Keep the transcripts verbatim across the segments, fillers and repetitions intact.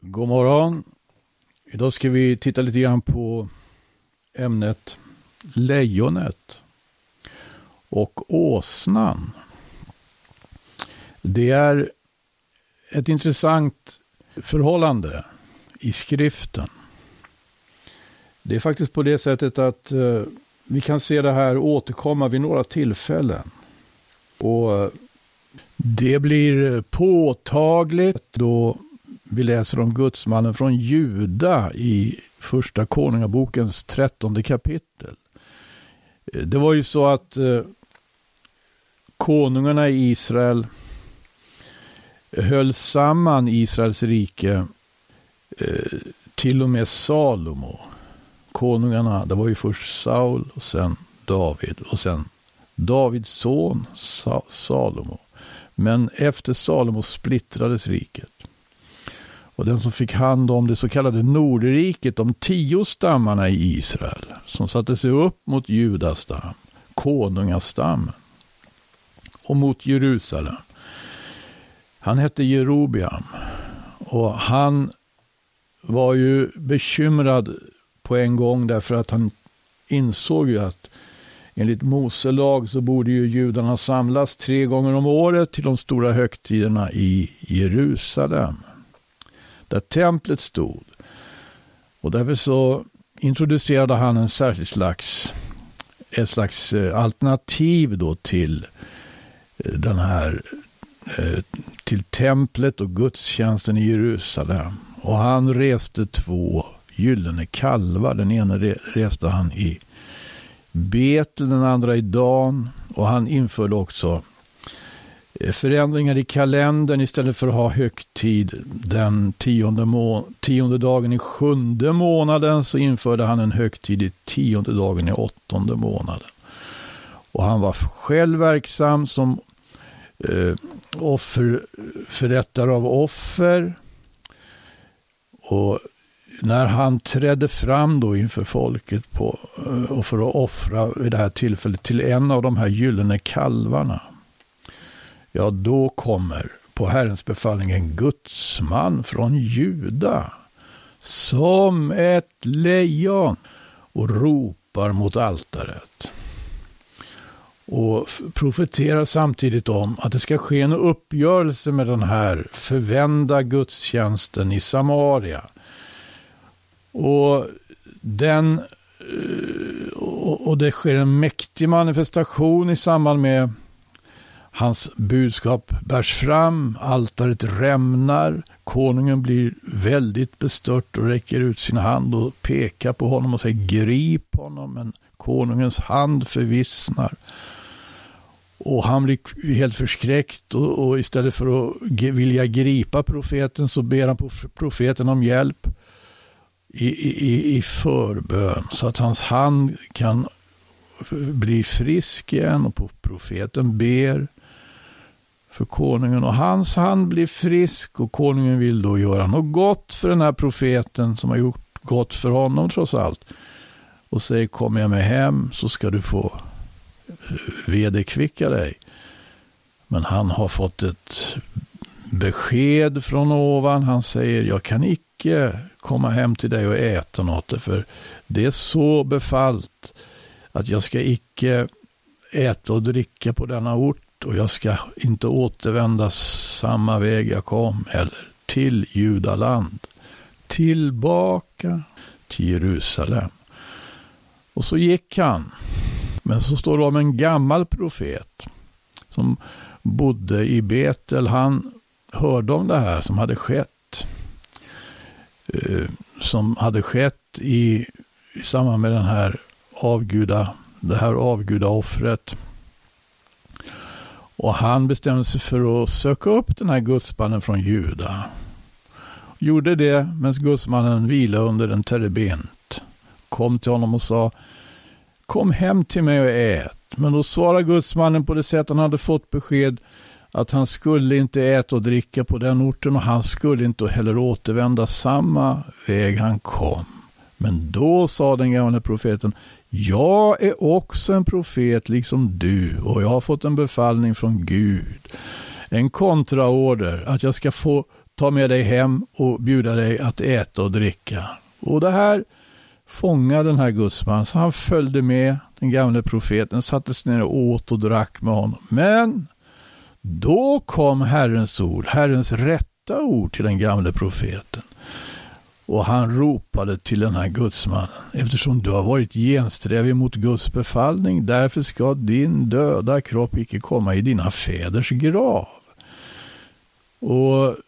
God morgon. Idag ska vi titta lite grann på ämnet lejonet och åsnan. Det är ett intressant förhållande i skriften. Det är faktiskt på det sättet att eh, vi kan se det här återkomma vid några tillfällen. Och det blir påtagligt då vi läser om gudsmannen från Juda i första konungabokens trettonde kapitel. Det var ju så att eh, konungarna i Israel höll samman Israels rike eh, till och med Salomo. Konungarna, det var ju först Saul och sen David och sen Davids son Sa- Salomo. Men efter Salomo splittrades riket. Och den som fick hand om det så kallade Nordriket, de tio stammarna i Israel, som satte sig upp mot Judastam, konungastammen, och mot Jerusalem. Han hette Jerobeam och han var ju bekymrad på en gång därför att han insåg ju att enligt Mose lag så borde ju judarna samlas tre gånger om året till de stora högtiderna i Jerusalem, där templet stod. Och därför så introducerade han en särskild slags, ett slags alternativ då till den här, till templet och gudstjänsten i Jerusalem. Och han reste två gyllene kalvar. Den ena reste han i Betel, den andra i Dan. Och han införde också förändringar i kalendern. Istället för att ha högtid den tionde, må- tionde dagen i sjunde månaden så införde han en högtid i tionde dagen i åttonde månaden. Och han var själv verksam som eh, offerförrättare av offer. Och när han trädde fram då inför folket på, och för att offra vid det här tillfället till en av de här gyllene kalvarna, ja, då kommer på Herrens befallning en gudsman från Juda som ett lejon och ropar mot altaret. Och profeterar samtidigt om att det ska ske en uppgörelse med den här förvända gudstjänsten i Samaria. Och den och det sker en mäktig manifestation i samband med hans budskap bärs fram, altaret rämnar, konungen blir väldigt bestört och räcker ut sin hand och pekar på honom och säger grip honom, men konungens hand förvissnar. Och han blir helt förskräckt och, och istället för att ge, vilja gripa profeten så ber han på profeten om hjälp i, i, i förbön så att hans hand kan bli frisk igen, och profeten ber för konungen och hans hand blir frisk och konungen vill då göra något gott för den här profeten som har gjort gott för honom trots allt och säger kom jag med hem så ska du få vederkvicka dig. Men han har fått ett besked från ovan. Han säger jag kan icke komma hem till dig och äta något för det är så befallt att jag ska icke äta och dricka på denna ort och jag ska inte återvända samma väg jag kom eller till Judaland tillbaka till Jerusalem. Och så gick han. Men så står det om en gammal profet som bodde i Betel. Han hörde om det här som hade skett. Eh, som hade skett i, i samband med den här avguda, det här avgudaoffret. Och han bestämde sig för att söka upp den här gudsmannen från Juda. Gjorde det medan gudsmannen vilade under en terebint. Kom till honom och sa kom hem till mig och ät. Men då svarade gudsmannen på det sätt han hade fått besked att han skulle inte äta och dricka på den orten och han skulle inte heller återvända samma väg han kom. Men då sa den gamla profeten jag är också en profet liksom du och jag har fått en befallning från Gud. En kontraorder att jag ska få ta med dig hem och bjuda dig att äta och dricka. Och det här fångade den här gudsmannen, så han följde med den gamla profeten, satte sig ner och åt och drack med honom. Men då kom Herrens ord, Herrens rätta ord till den gamla profeten. Och han ropade till den här gudsmannen: eftersom du har varit gensträvig mot Guds befallning, därför ska din döda kropp icke komma i dina fäders grav. Och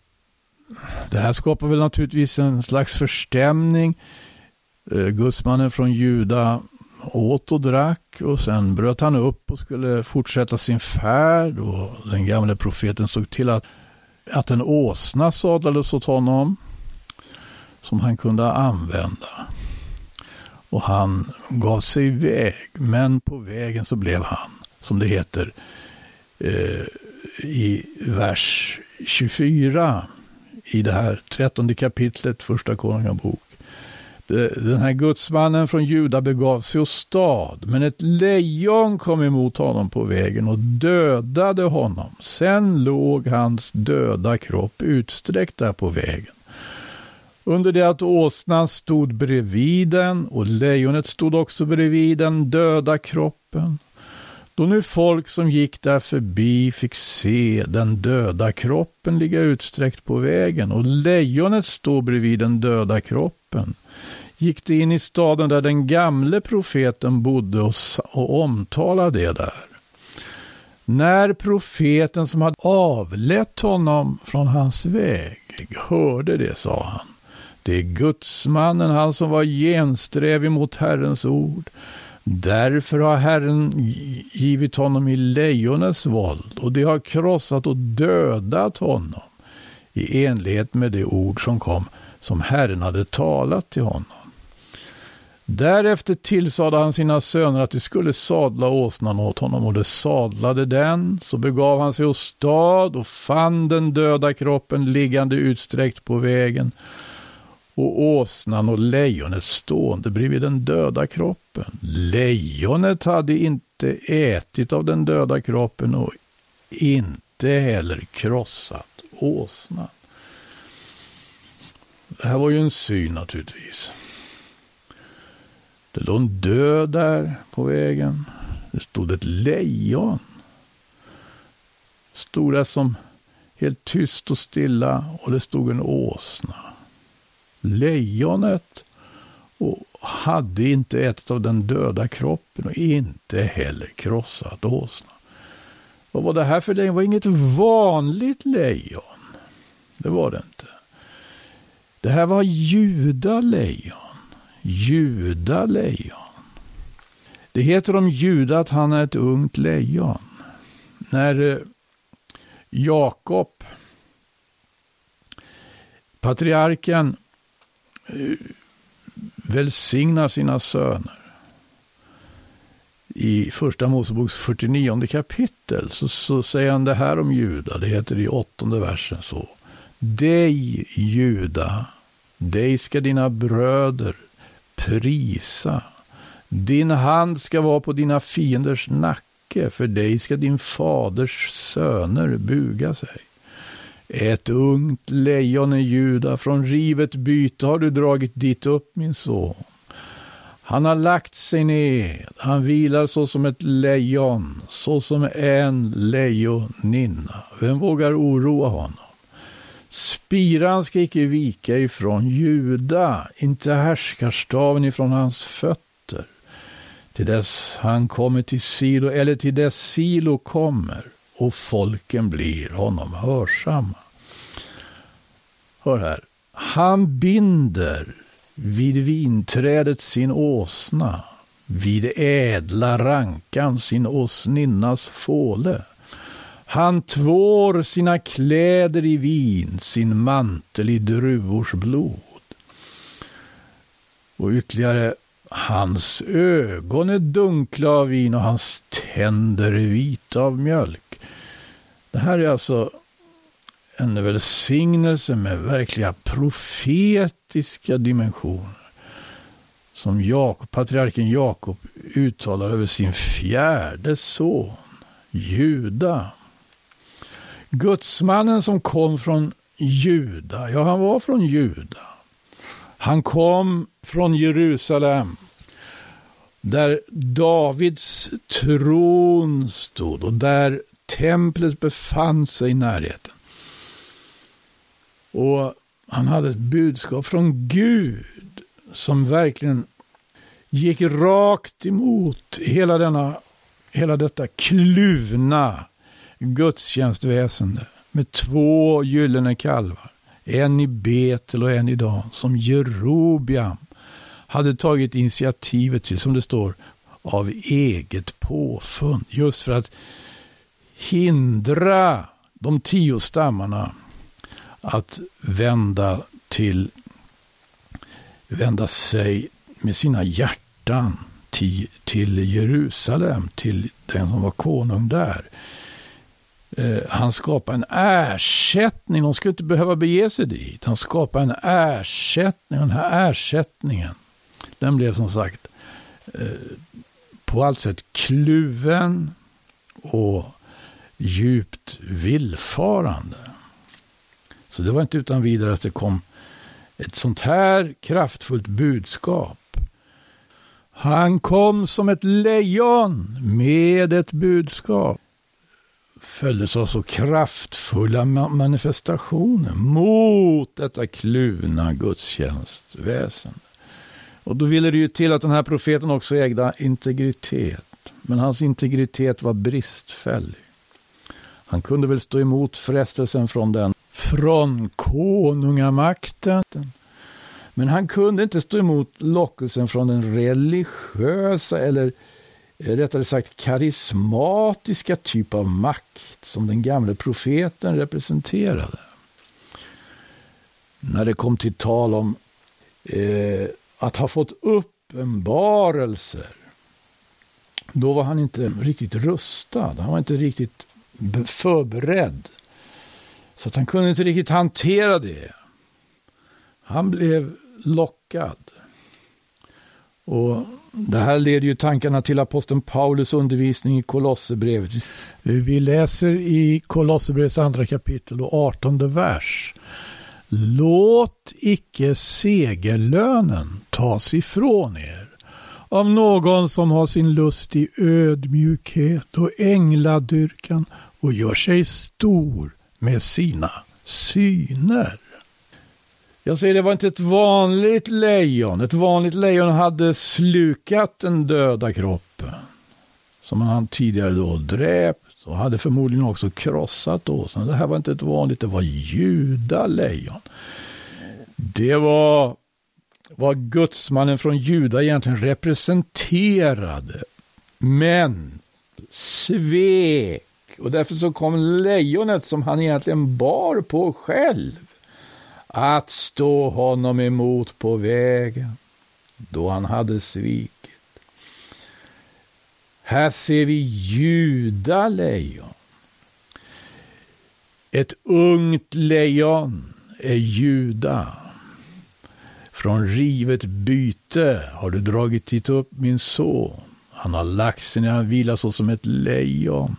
det här skapar väl naturligtvis en slags förstämning. Gudsmannen från Juda åt och drack, och sen bröt han upp och skulle fortsätta sin färd, och den gamla profeten såg till att, att en åsna sadlades åt honom som han kunde använda. Och han gav sig iväg, men på vägen så blev han, som det heter eh, i vers tjugofyra i det här trettonde kapitlet, första Konungabok. Den här gudsmannen från Juda begav sig åt stad, men ett lejon kom emot honom på vägen och dödade honom. Sen låg hans döda kropp utsträckt där på vägen. Under det att åsnan stod bredvid den och lejonet stod också bredvid den döda kroppen. Då nu folk som gick där förbi fick se den döda kroppen ligga utsträckt på vägen och lejonet stå bredvid den döda kroppen, gick det in i staden där den gamle profeten bodde och, och omtalade det där. När profeten som hade avlett honom från hans väg hörde det, sa han: det är gudsmannen, han som var gensträvig mot Herrens ord. Därför har Herren givit honom i lejonets våld, och det har krossat och dödat honom i enlighet med det ord som kom, som Herren hade talat till honom. Därefter tillsade han sina söner att de skulle sadla åsnan åt honom, och de sadlade den. Så begav han sig åt stad och fann den döda kroppen liggande utsträckt på vägen, och åsnan och lejonet stående bredvid den döda kroppen. Lejonet hade inte ätit av den döda kroppen och inte heller krossat åsnan. Det här var ju en syn naturligtvis. Det låg en död där på vägen. Det stod ett lejon. Stod där som helt tyst och stilla, och det stod en åsna. Lejonet och hade inte ätit av den döda kroppen och inte heller krossat åsna. Vad var det här för lejon? Det var inget vanligt lejon. Det var det inte. Det här var Juda-lejon. Juda-lejon. Det heter om Juda att han är ett ungt lejon. När Jakob, patriarken, välsignar sina söner i första Moseboks fyrtionionde kapitel, så, så säger han det här om Juda. Det heter i åttonde versen så: dig, Juda, dig ska dina bröder prisa. Din hand ska vara på dina fienders nacke, för dig ska din faders söner buga sig. Ett ungt lejon i Juda, från rivet byte har du dragit dit upp, min son. Han har lagt sig ner, han vilar så som ett lejon, så som en lejoninna. Vem vågar oroa honom? Spiran ska icke vika ifrån Juda, inte härskarstaven ifrån hans fötter, till dess han kommer till Silo, eller till dess Silo kommer och folken blir honom hörsamma. Hör här. Han binder vid vinträdet sin åsna, vid ädla rankan sin åsninnas fåle. Han tvår sina kläder i vin, sin mantel i druvors blod. Och ytterligare: hans ögon är dunkla av vin och hans tänder är vita av mjölk. Det här är alltså en välsignelse med verkliga profetiska dimensioner som Jakob, patriarken Jakob uttalar över sin fjärde son, Juda. Gudsmannen som kom från Juda. Ja, han var från Juda. Han kom från Jerusalem, där Davids tron stod och där templet befann sig i närheten. Och han hade ett budskap från Gud som verkligen gick rakt emot hela, denna, hela detta kluvna gudstjänstväsende med två gyllene kalvar. En i Betel och en i Dan, som Jerobiam hade tagit initiativet till, som det står, av eget påfund. Just för att hindra de tio stammarna att vända till vända sig med sina hjärtan till, till Jerusalem, till den som var konung där. Eh, han skapade en ersättning. De skulle inte behöva bege sig dit. Han skapade en ersättning. Den här ersättningen, den blev som sagt eh, på allt sätt kluven och djupt villfarande. Så det var inte utan vidare att det kom ett sånt här kraftfullt budskap. Han kom som ett lejon med ett budskap. Följdes av så kraftfulla manifestationer mot detta kluvna gudstjänstväsen. Och då ville det ju till att den här profeten också ägde integritet. Men hans integritet var bristfällig. Han kunde väl stå emot frestelsen från den från konungamakten. Men han kunde inte stå emot lockelsen från den religiösa eller rättare sagt karismatiska typ av makt som den gamla profeten representerade. När det kom till tal om eh, att ha fått uppenbarelser, då var han inte riktigt rustad. Han var inte riktigt förberedd. Så att han kunde inte riktigt hantera det. Han blev lockad. Och det här leder ju tankarna till aposteln Paulus undervisning i Kolosserbrevet. Vi läser i Kolosserbrevets andra kapitel och artonde vers. Låt icke segerlönen tas ifrån er av någon som har sin lust i ödmjukhet och ängladyrkan och gör sig stor med sina syner. Jag säger, det var inte ett vanligt lejon. Ett vanligt lejon hade slukat den döda kroppen som han tidigare då dräpt och hade förmodligen också krossat åsnan. Det här var inte ett vanligt, det var judalejon. Det var vad gudsmannen från Juda egentligen representerade. Men svek. Och därför så kom lejonet som han egentligen bar på själv att stå honom emot på vägen då han hade svikit. Här ser vi judalejon. Ett ungt lejon är Juda. Från rivet byte har du dragit hit upp min son. Han har lagt sig när han vilar så som ett lejon.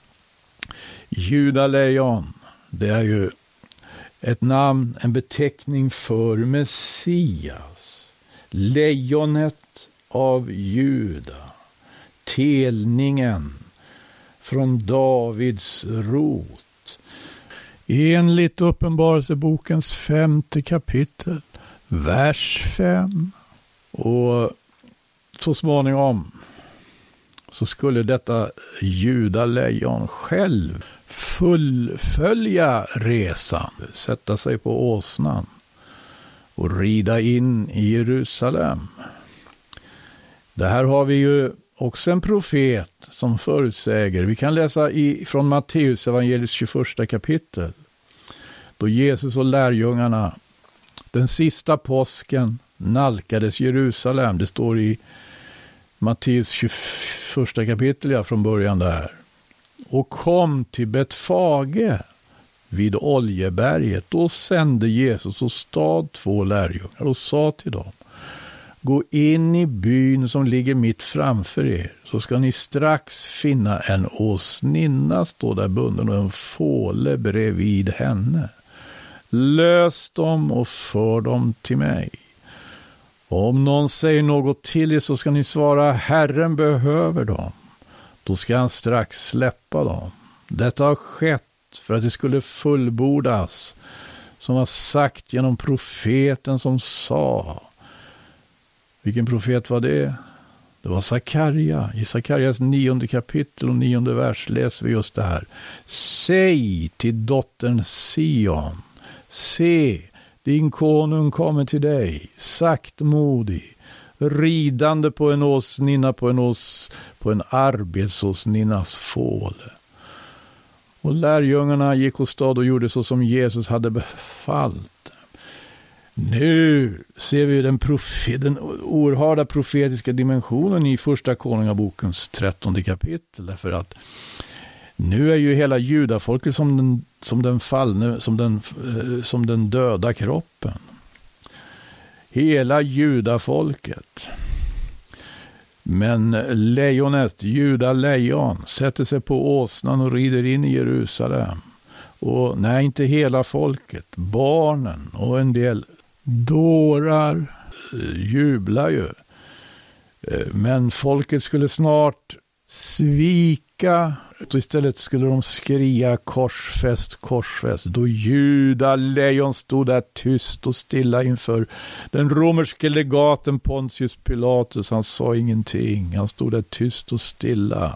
Judalejon, det är ju ett namn, en beteckning för Messias. Lejonet av Juda. Telningen från Davids rot. Enligt Uppenbarelsebokens femte kapitel, vers fem. Och så småningom så skulle detta judalejon själv fullfölja resan, sätta sig på åsnan och rida in i Jerusalem. Det här har vi ju också en profet som förutsäger. Vi kan läsa i, från Matteus evangeliets tjugoförsta kapitel. Då Jesus och lärjungarna den sista påsken nalkades Jerusalem. Det står i Matteus tjugoförsta kapitel, ja, från början där. Och kom till Betfage vid Oljeberget. Då sände Jesus och stad två lärjungar och sa till dem: gå in i byn som ligger mitt framför er, så ska ni strax finna en åsninna stå där bunden och en fåle bredvid henne. Lös dem och för dem till mig. Om någon säger något till er så ska ni svara, Herren behöver dem. Då ska han strax släppa dem. Detta har skett för att det skulle fullbordas, som var sagt genom profeten som sa. Vilken profet var det? Det var Sakarja. I Sakarjas nionde kapitel och nionde vers läser vi just det här. Säg till dottern Sion, se, din konung kommer till dig, saktmodig, ridande på en åsninna, på en, ås, på en arbetsåsninnas fåle. Och lärjungarna gick åstad och gjorde så som Jesus hade befallt. Nu ser vi den, profe- den oerhörda profetiska dimensionen i första konungabokens trettonde kapitel. Därför att nu är ju hela judafolket som den, som den fallne, som den, som den döda kroppen. Hela judafolket. Men lejonet, juda lejon, sätter sig på åsnan och rider in i Jerusalem. Och nej, inte hela folket, barnen och en del dårar jublar ju. Men folket skulle snart svika, och istället skulle de skria korsfäst, korsfäst. Då juda lejon stod där tyst och stilla inför den romerske legaten Pontius Pilatus. Han sa ingenting, han stod där tyst och stilla.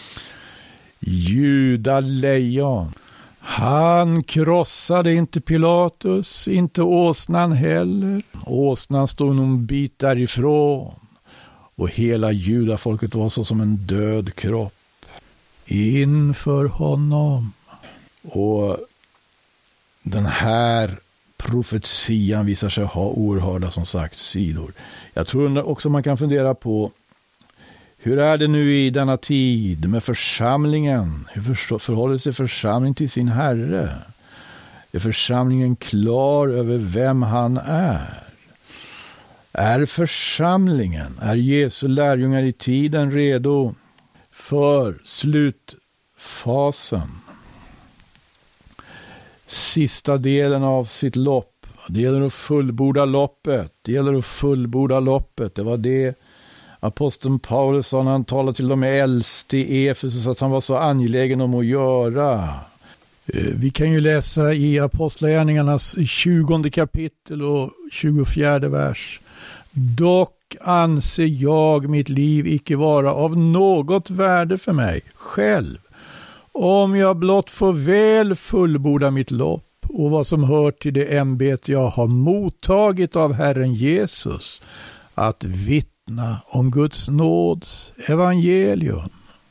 Juda lejon. Han krossade inte Pilatus, inte åsnan heller. Åsnan stod någon bit därifrån. Och hela judafolket var så som en död kropp inför honom. Och den här profetian visar sig ha oerhörda, som sagt, sidor. Jag tror också man kan fundera på, hur är det nu i denna tid med församlingen? Hur förhåller sig församlingen till sin Herre? Är församlingen klar över vem han är? Är församlingen, är Jesu lärjungar i tiden redo för slutfasen? Sista delen av sitt lopp. Det gäller att fullborda loppet. Det gäller att fullborda loppet. Det var det aposteln Paulus sa när han talade till de äldste i Efesus, att han var så angelägen om att göra. Vi kan ju läsa i Apostlagärningarnas tjugonde kapitel och tjugofjärde vers. Dock anser jag mitt liv icke vara av något värde för mig själv, om jag blott får väl fullborda mitt lopp och vad som hör till det ämbete jag har mottagit av Herren Jesus, att vittna om Guds nåds evangelium.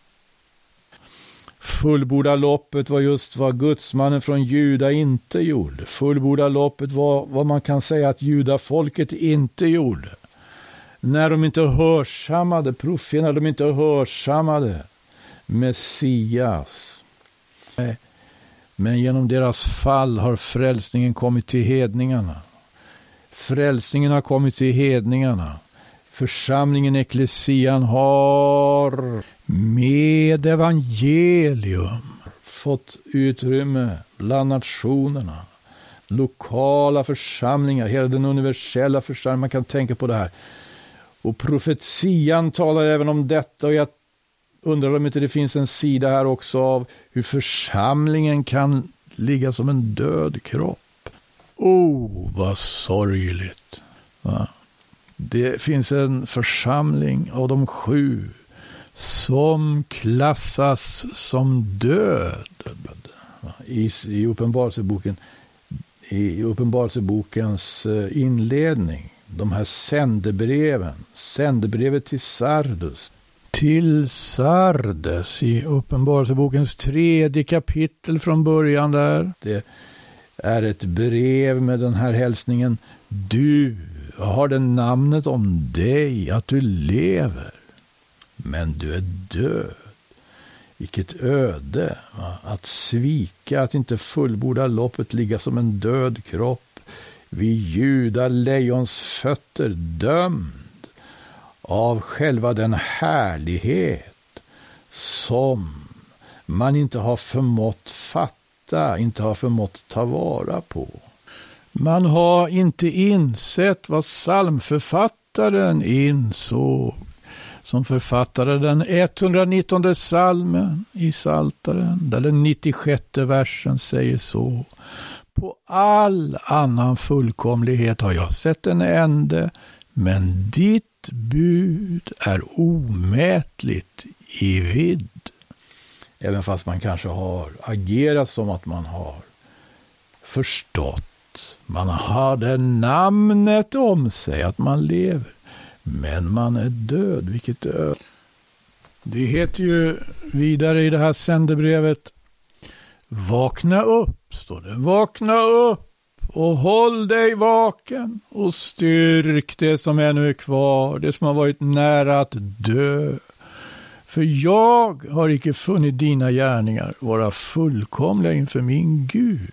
Fullborda loppet var just vad gudsmannen från Juda inte gjorde. Fullborda loppet var vad man kan säga att judafolket inte gjorde. När de inte hörsammade profeten, när de inte hörsammade Messias. Men genom deras fall har frälsningen kommit till hedningarna. Frälsningen har kommit till hedningarna. Församlingen, eklesian, har med evangelium fått utrymme bland nationerna. Lokala församlingar, hela den universella församlingen, man kan tänka på det här. Och profetian talar även om detta, och jag undrar om inte det finns en sida här också av hur församlingen kan ligga som en död kropp. Oh, vad sorgligt. Va? Det finns en församling av de sju som klassas som död. I, i Uppenbarelseboken, i Uppenbarelsebokens inledning, de här sändebreven, sändebrevet till Sardus, till Sardes i Uppenbarelsebokens tredje kapitel från början där. Det är ett brev med den här hälsningen: du har det namnet om dig att du lever, men du är död. Vilket öde, va? Att svika, att inte fullborda loppet, ligga som en död kropp vid juda lejons fötter, dömd av själva den härlighet som man inte har förmått fatta, inte har förmått ta vara på. Man har inte insett vad psalmförfattaren insåg, som författade den etthundranittonde psalmen i Psaltaren, där den nittiosjätte versen säger så: på all annan fullkomlighet har jag sett en ände, men ditt bud är omätligt i vidd. Även fast man kanske har agerat som att man har förstått. Man hade namnet om sig att man lever. Men man är död, vilket är. Det heter ju vidare i det här sändebrevet: vakna upp, står det. Vakna upp och håll dig vaken och styrk det som ännu är kvar, det som har varit nära att dö. För jag har icke funnit dina gärningar vara fullkomliga inför min Gud.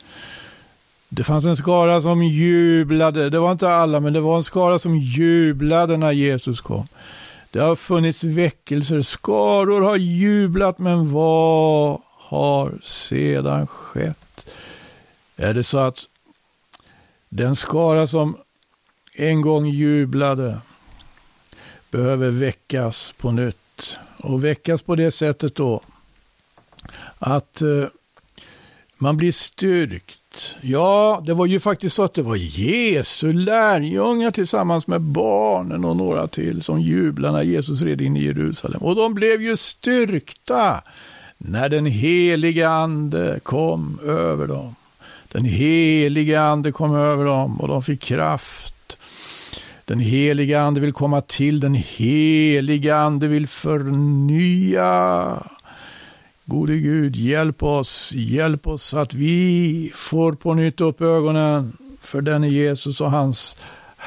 Det fanns en skara som jublade. Det var inte alla, men det var en skara som jublade när Jesus kom. Det har funnits väckelser. Skaror har jublat, men vad har sedan skett? Är det så att den skara som en gång jublade behöver väckas på nytt? Och väckas på det sättet då att eh, man blir styrkt. Ja, det var ju faktiskt så att det var Jesu lärjungar tillsammans med barnen och några till som jublade när Jesus red in i Jerusalem. Och de blev ju styrkta när den heliga ande kom över dem. Den heliga ande kom över dem och de fick kraft. Den heliga ande vill komma till. Den heliga ande vill förnya. Gode Gud, hjälp oss, hjälp oss att vi får på nytt upp ögonen för den Jesus och hans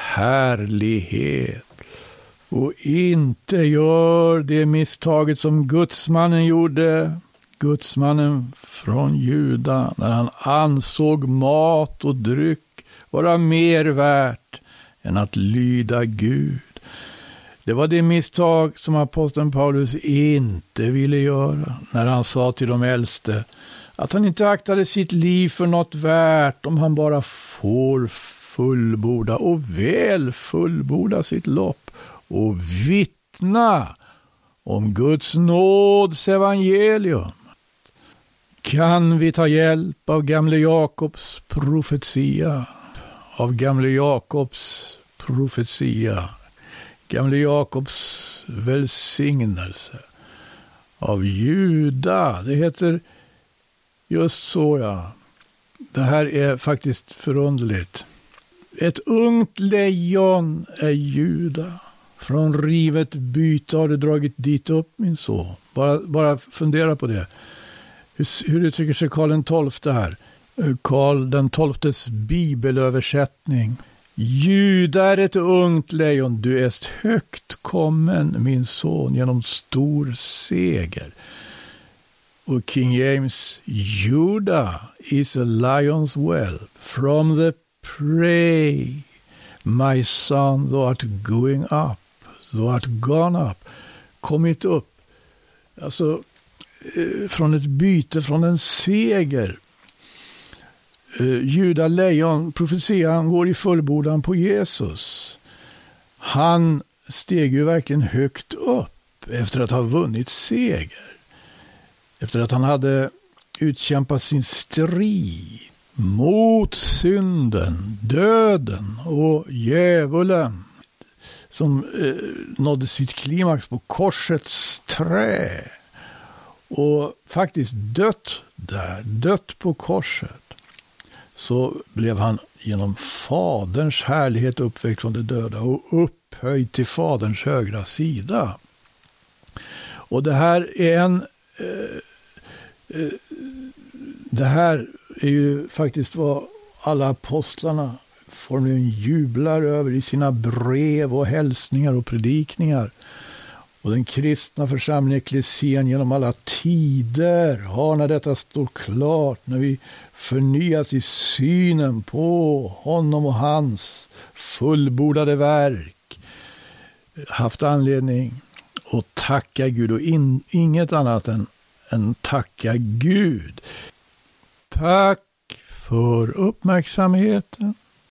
härlighet. Och inte gör det misstaget som gudsmannen gjorde, gudsmannen från Juda, när han ansåg mat och dryck vara mer värt än att lyda Gud. Det var det misstag som aposteln Paulus inte ville göra när han sa till de äldste att han inte aktade sitt liv för något värt om han bara får fullborda och väl fullborda sitt lopp och vittna om Guds nåds evangelium. Kan vi ta hjälp av gamle Jakobs profetia, av gamle Jakobs profetia, gamle Jakobs välsignelse, av Juda. Det heter just så, ja. Det här är faktiskt förunderligt. Ett ungt lejon är Juda. Från rivet byte har du dragit dit upp, min son. Bara, bara fundera på det. Hur, hur uttrycker sig Karl den tolfte här? Karl den tolftes bibelöversättning. Juda är ett ungt lejon, du är högt kommen, min son, genom stor seger. Och King James, Judah is a lion's whelp, from the prey, my son, thou art going up, thou art gone up, kommit upp. Alltså, eh, från ett byte, från en seger. Uh, Juda lejon, profetian går i fullbordan på Jesus. Han steg ju verkligen högt upp efter att ha vunnit seger. Efter att han hade utkämpat sin strid mot synden, döden och djävulen, som uh, nådde sitt klimax på korsets trä och faktiskt dött där, dött på korset. Så blev han genom faderns härlighet uppväckt från de döda och upphöjd till faderns högra sida. Och det här är en eh, eh, det här är ju faktiskt vad alla apostlarna formligen jublar över i sina brev och hälsningar och predikningar. Och den kristna församlingen eklesian genom alla tider har, när detta står klart, när vi förnyas i synen på honom och hans fullbordade verk, haft anledning att tacka Gud och in, inget annat än, än tacka Gud. Tack för uppmärksamheten.